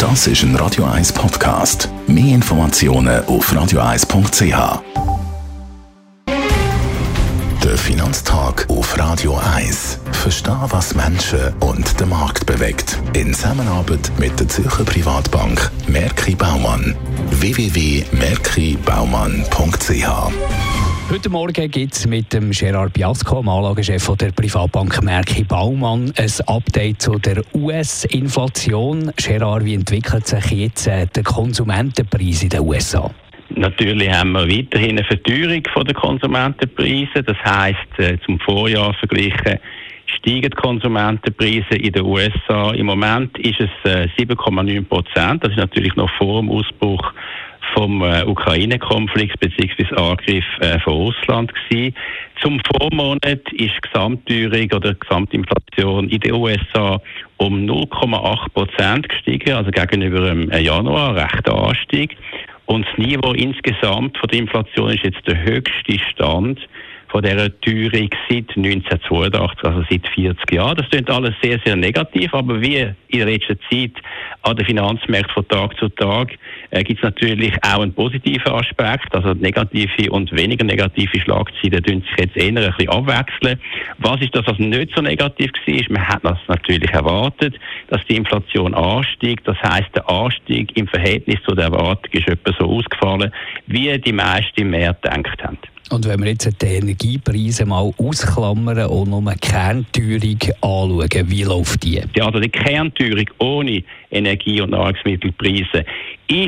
Das ist ein Radio 1 Podcast. Mehr Informationen auf radio1.ch. Der Finanztag auf Radio 1. Verstehen, was Menschen und den Markt bewegt. In Zusammenarbeit mit der Zürcher Privatbank Merki Baumann. www.merkibaumann.ch. Heute Morgen gibt es mit dem Gerard Biasco, dem Anlagechef der Privatbank Merki Baumann, ein Update zu der US-Inflation. Gerard, wie entwickelt sich jetzt der Konsumentenpreis in den USA? Natürlich haben wir weiterhin eine Verteuerung der Konsumentenpreise. Das heisst, zum Vorjahr verglichen steigen die Konsumentenpreise in den USA. Im Moment ist es 7,9%. Das ist natürlich noch vor dem Ausbruch vom Ukraine-Konflikt bzw. Angriff von Russland gewesen. Zum Vormonat ist die Gesamtteuerung oder die Gesamtinflation in den USA um 0,8% gestiegen, also gegenüber dem Januar, rechter Anstieg. Und das Niveau insgesamt von der Inflation ist jetzt der höchste Stand von dieser Teuerung seit 1982, also seit 40 Jahren. Das klingt alles sehr, sehr negativ, aber wie in der letzten Zeit an den Finanzmärkten von Tag zu Tag gibt es natürlich auch einen positiven Aspekt, also negative und weniger negative Schlagzeilen tun sich jetzt eher ein bisschen abwechseln. Was ist das, was nicht so negativ war? Man hat das natürlich erwartet, dass die Inflation ansteigt. Das heisst, der Anstieg im Verhältnis zu der Erwartung ist etwa so ausgefallen, wie die meisten im März gedacht haben. Und wenn wir jetzt die Energiepreise mal ausklammern und nur die Kernteuerung anschauen, wie läuft die? Ja, also die Kernteuerung ohne Energie- und Nahrungsmittelpreise ist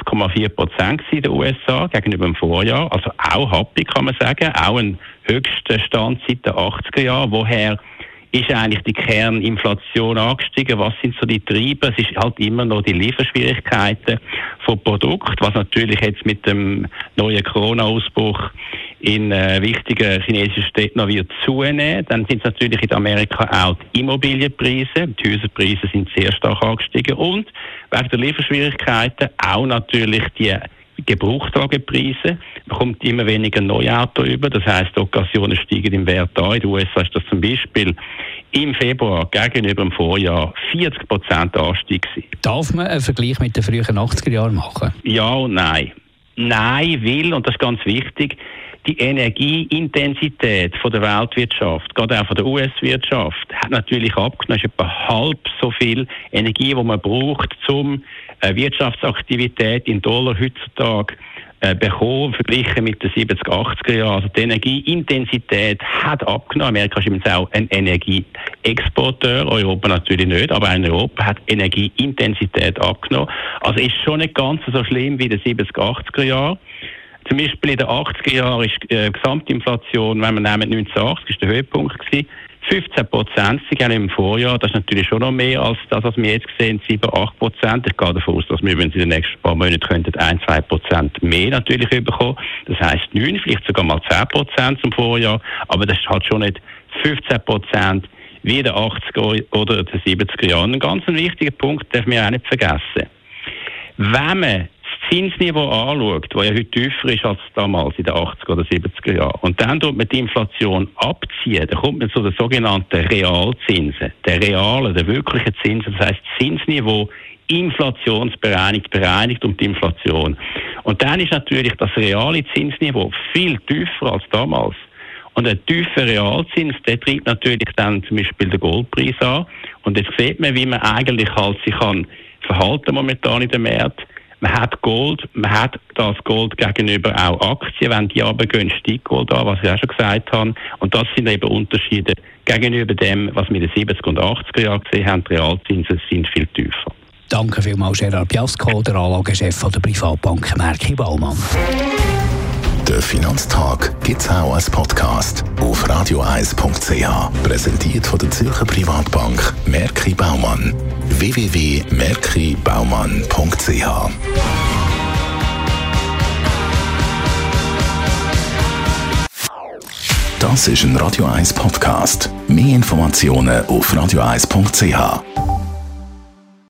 6,4% in den USA gegenüber dem Vorjahr. Also auch happy, kann man sagen. Auch ein höchster Stand seit den 80er Jahren. Woher ist eigentlich die Kerninflation angestiegen? Was sind so die Treiber? Es ist halt immer noch die Lieferschwierigkeiten von Produkten, was natürlich jetzt mit dem neuen Corona-Ausbruch in wichtigen chinesischen Städten noch wird zunehmen. Dann sind es natürlich in Amerika auch die Immobilienpreise. Die Häuserpreise sind sehr stark angestiegen. Und wegen der Lieferschwierigkeiten auch natürlich die Gebrauchtwagenpreise. Man kommt immer weniger Neuauto über. Das heisst, die Occasionen steigen im Wert an. In den USA ist das zum Beispiel im Februar gegenüber dem Vorjahr 40% Anstieg gewesen. Darf man einen Vergleich mit den frühen 80er Jahren machen? Ja und nein. Nein, weil, und das ist ganz wichtig, die Energieintensität von der Weltwirtschaft, gerade auch von der US-Wirtschaft, hat natürlich abgenommen. Es ist etwa halb so viel Energie, die man braucht, um Wirtschaftsaktivität in Dollar heutzutage bekommen, verglichen mit den 70er, 80er Jahren. Also die Energieintensität hat abgenommen. Amerika ist übrigens auch ein Energieexporteur, Europa natürlich nicht, aber in Europa hat Energieintensität abgenommen. Also ist schon nicht ganz so schlimm wie in den 70er, 80er Jahren. Zum Beispiel in den 80er Jahren ist die Gesamtinflation, wenn wir nehmen 1980, ist der Höhepunkt gewesen, 15% im Vorjahr. Das ist natürlich schon noch mehr als das, was wir jetzt sehen, 7-8%. Ich gehe davon aus, dass wir in den nächsten paar Monaten 1-2% mehr natürlich bekommen. Das heisst 9, vielleicht sogar mal 10% zum Vorjahr. Aber das ist halt schon nicht 15% wie in den 80er oder den 70er Jahren. Ein ganz wichtiger Punkt darf man auch nicht vergessen. Wenn man das Zinsniveau anschaut, das ja heute tiefer ist als damals in den 80er oder 70er Jahren, und dann tut man die Inflation abziehen, dann kommt man zu den sogenannten Realzinsen. Der wirkliche Zinsen, das heisst Zinsniveau inflationsbereinigt, bereinigt um die Inflation. Und dann ist natürlich das reale Zinsniveau viel tiefer als damals. Und ein tiefer Realzins, der treibt natürlich dann zum Beispiel den Goldpreis an. Und jetzt sieht man, wie man eigentlich halt sich kann verhalten momentan in den Märkten. Man hat Gold, man hat das Gold gegenüber auch Aktien. Wenn die runtergehen, steigt Gold an, was ich auch schon gesagt habe. Und das sind eben Unterschiede gegenüber dem, was wir in den 70er und 80er Jahren gesehen haben. Die Realzinsen sind viel tiefer. Danke vielmals, Gerard Biasco, der Anlagechef der Privatbank Merki Baumann. Der Finanztag gibt es auch als Podcast auf radio1.ch. Präsentiert von der Zürcher Privatbank Merki Baumann. www.merkibaumann.ch. Das ist ein Radio 1 Podcast. Mehr Informationen auf radio1.ch.